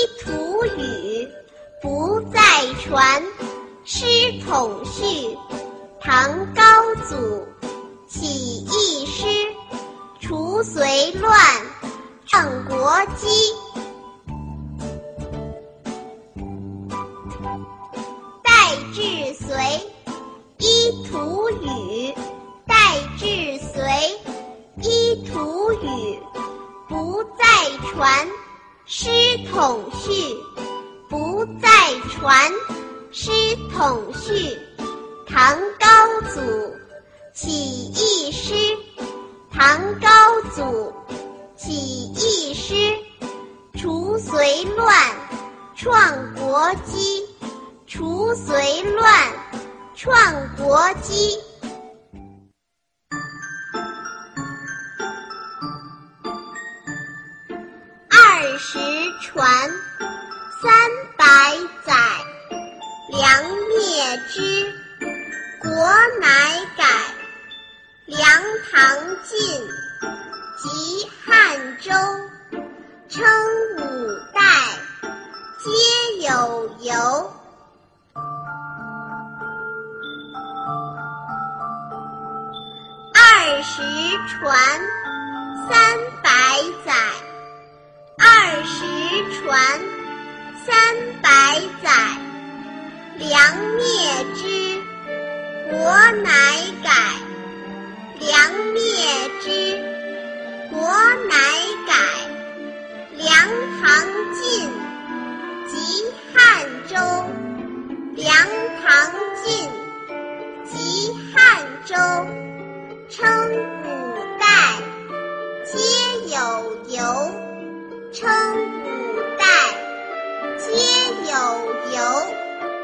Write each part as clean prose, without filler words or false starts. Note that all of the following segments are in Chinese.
土语，不再传。师统序，唐高祖。起义师，除隋乱，创国基。代至隋，依土语。代至隋，依土语，不再传。师统序，不再传。师统序，唐高祖。起义师，唐高祖。起义师，除隋乱，创国基。除隋乱，创国基。20传，300载，梁灭之，国乃改。梁唐晋，及汉周，称5代，皆有由。20传，300载。20传，300载，梁灭之，国乃改。梁灭之，国乃改。梁唐晋，及汉周。梁唐晋，及汉周，称5代，皆有由。称5代，皆有由。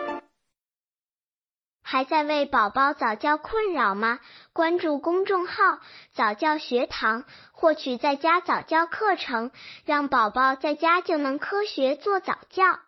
还在为宝宝早教困扰吗？关注公众号早教学堂，获取在家早教课程，让宝宝在家就能科学做早教。